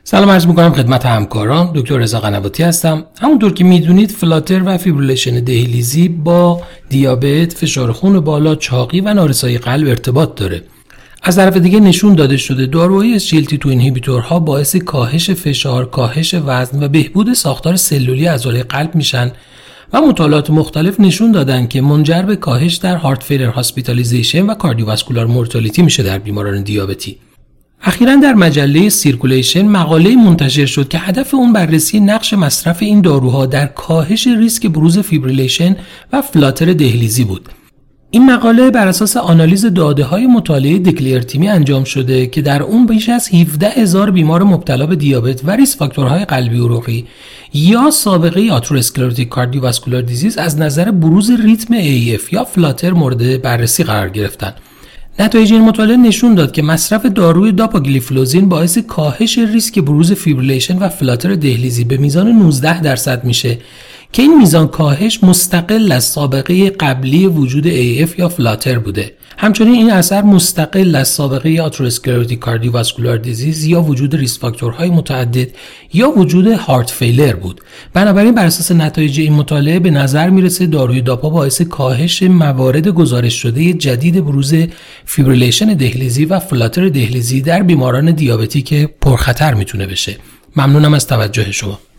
سلام عرض می‌کنم خدمت همکاران. دکتر رضا قنواتی هستم. همونطور که میدونید فلاتر و فیبریلیشن دهلیزی با دیابت، فشار خون بالا، چاقی و نارسایی قلب ارتباط داره. از طرف دیگه نشون داده شده داروهای SGLT2 اینهیبیتورها باعث کاهش فشار، کاهش وزن و بهبود ساختار سلولی عضله قلب میشن و مطالعات مختلف نشون دادن که منجر به کاهش در هارت فیلر هاسپیتالیزیشن و کاردیوواسکولار مورتالیتی میشه در بیماران دیابتی. اخیراً در مجله سیرکولیشن مقاله منتشر شد که هدف اون بررسی نقش مصرف این داروها در کاهش ریسک بروز فیبریلیشن و فلاتر دهلیزی بود. این مقاله بر اساس آنالیز داده‌های مطالعه دکلیر تیمی انجام شده که در اون بیش از 17,000 بیمار مبتلا به دیابت و ریسک فاکتورهای قلبی عروقی یا سابقه آتروسکلروتیک کاردیوواسکولار دیزیز از نظر بروز ریتم AF یا فلاتر مورد بررسی قرار گرفتن. نتایج این مطالعه نشون داد که مصرف داروی داپاگلیفلوزین باعث کاهش ریسک بروز فیبریلیشن و فلاتر دهلیزی به میزان 19% میشه که این میزان کاهش مستقل از سابقه قبلی وجود AF یا فلاتر بوده. همچنین این اثر مستقل از سابقه آتروسکلروتیک کاردیوواسکولار دیزیز یا وجود ریسک فاکتورهای متعدد یا وجود هارت فیلر بود. بنابراین بر اساس نتایج این مطالعه به نظر میرسه داروی داپا باعث کاهش موارد گزارش شده جدید بروز فیبریلیشن دهلیزی و فلاتر دهلیزی در بیماران دیابتی که پرخطر میتونه بشه. ممنونم از توجه شما.